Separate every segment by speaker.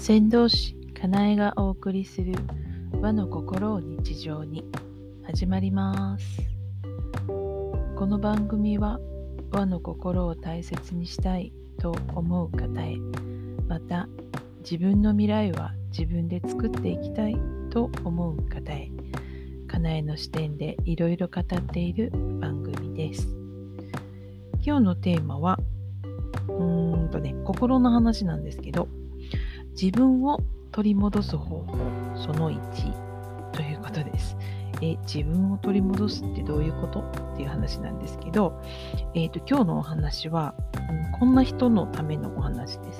Speaker 1: 先導師かなえがお送りする和の心を日常に始まります。この番組は和の心を大切にしたいと思う方へ、また自分の未来は自分で作っていきたいと思う方へ、かなえの視点でいろいろ語っている番組です。今日のテーマは心の話なんですけど、自分を取り戻す方法その1ということです。自分を取り戻すってどういうことっていう話なんですけど、今日のお話は、こんな人のためのお話です。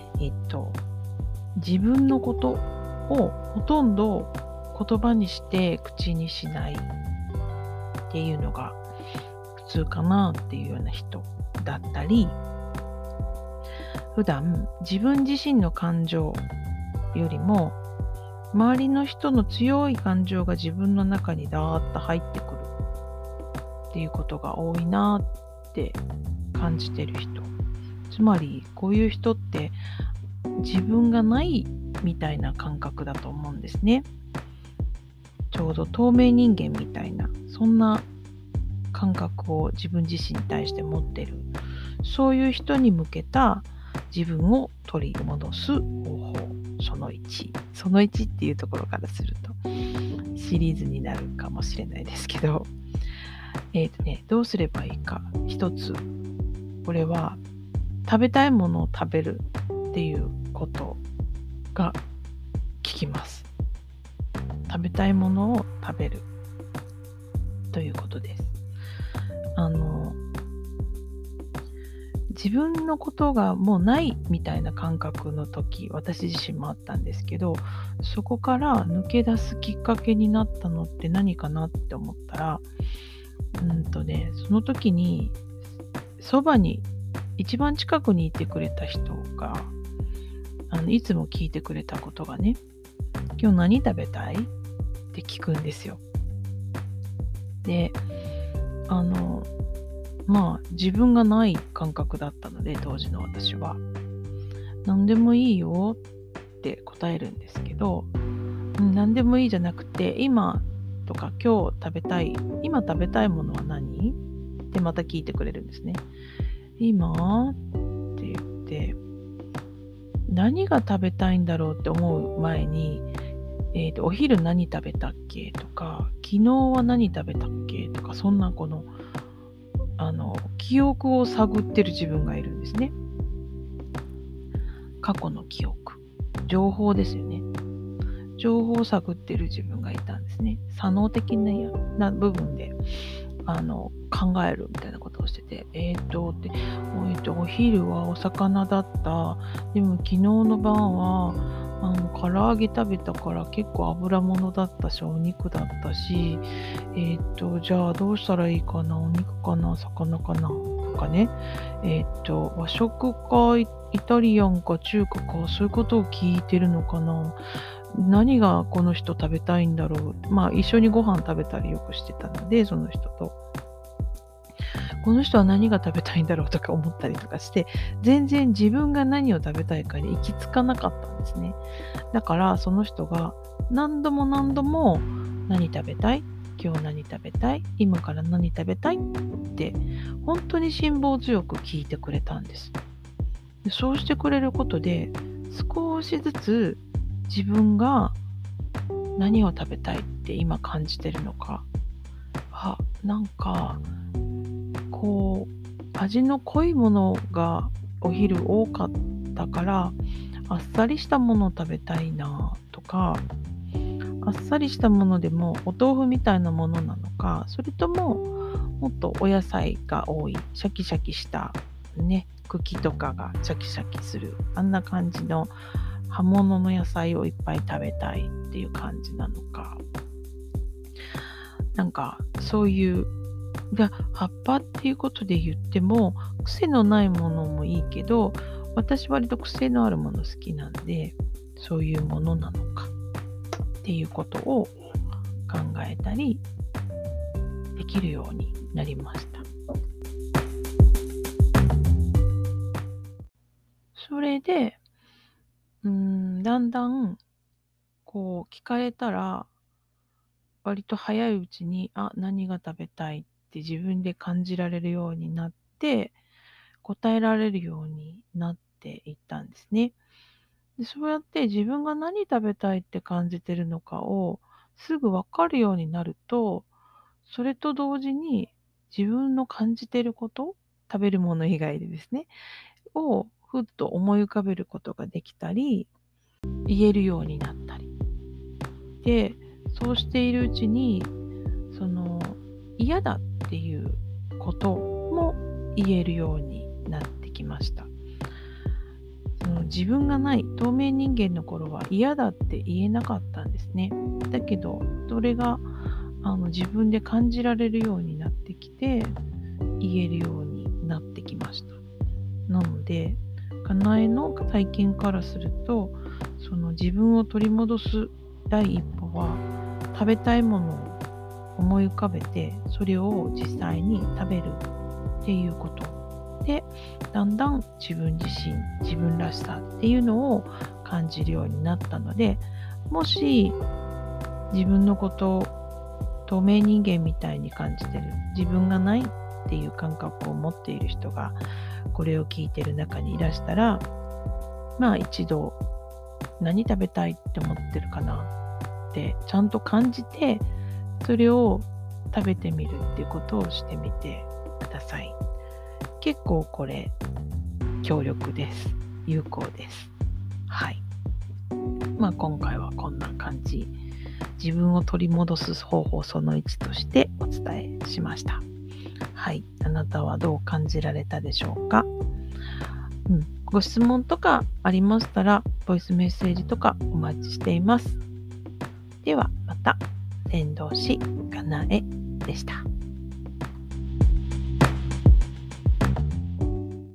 Speaker 1: 自分のことをほとんど言葉にして口にしないっていうのが普通かなっていうような人だったり、普段自分自身の感情よりも周りの人の強い感情が自分の中にダーッと入ってくるっていうことが多いなって感じてる人、つまりこういう人って自分がないみたいな感覚だと思うんですね。ちょうど透明人間みたいな、そんな感覚を自分自身に対して持ってる、そういう人に向けた自分を取り戻す方法その1っていうところからするとシリーズになるかもしれないですけど、どうすればいいか。一つ、これは食べたいものを食べるっていうことが効きます。食べたいものを食べるということです。自分のことがもうないみたいな感覚の時、私自身もあったんですけど、そこから抜け出すきっかけになったのって何かなって思ったら、その時にそばに一番近くにいてくれた人がいつも聞いてくれたことがね、今日何食べたいって聞くんですよ。で、自分がない感覚だったので、当時の私は何でもいいよって答えるんですけど、何でもいいじゃなくて、今とか今食べたいものは何ってまた聞いてくれるんですね。今って言って、何が食べたいんだろうって思う前に、お昼何食べたっけとか、昨日は何食べたっけとか、そんな記憶を探ってる自分がいるんですね。過去の記憶、情報ですよね。情報を探ってる自分がいたんですね。左脳的な部分で考えるみたいなことをしてて、お昼はお魚だった。でも昨日の晩は唐揚げ食べたから結構油物だったし、お肉だったし、じゃあどうしたらいいかな、お肉かな、魚かなとかね、和食かイタリアンか中華か、そういうことを聞いてるのかな。何がこの人食べたいんだろう。一緒にご飯食べたりよくしてたので、その人と。この人は何が食べたいんだろうとか思ったりとかして、全然自分が何を食べたいかに行き着かなかったんですね。だからその人が何度も何食べたい？今日何食べたい？今から何食べたい？って本当に辛抱強く聞いてくれたんです。でそうしてくれることで少しずつ自分が何を食べたいって今感じてるのか、味の濃いものがお昼多かったからあっさりしたものを食べたいなとか、あっさりしたものでもお豆腐みたいなものなのか、それとももっとお野菜が多いシャキシャキしたね、茎とかがシャキシャキするあんな感じの葉物の野菜をいっぱい食べたいっていう感じなのか、そういう葉っぱっていうことで言っても癖のないものもいいけど、私割と癖のあるもの好きなんで、そういうものなのかっていうことを考えたりできるようになりました。それでだんだんこう聞かれたら、割と早いうちに、何が食べたいって自分で感じられるようになって、答えられるようになっていったんですね。で、そうやって自分が何食べたいって感じてるのかをすぐ分かるようになると、それと同時に自分の感じてること、食べるもの以外でですね、をふっと思い浮かべることができたり、言えるようになったり。で、そうしているうちに、その嫌だっていうことも言えるようになってきました。その自分がない透明人間の頃は嫌だって言えなかったんですね。だけど、それが自分で感じられるようになってきて、言えるようになってきました。なので、かなえの体験からすると、その自分を取り戻す第一歩は、食べたいものを思い浮かべて、それを実際に食べるっていうことで、だんだん自分自身、自分らしさっていうのを感じるようになったので、もし自分のことを透明人間みたいに感じてる、自分がないっていう感覚を持っている人がこれを聞いてる中にいらしたら、一度何食べたいって思ってるかなってちゃんと感じて、それを食べてみるっていうことをしてみてください。結構これ強力です。有効です。はい。今回はこんな感じ。自分を取り戻す方法その1としてお伝えしました。はい。あなたはどう感じられたでしょうか？ご質問とかありましたら、ボイスメッセージとかお待ちしています。ではまた。伝道師かなえでした。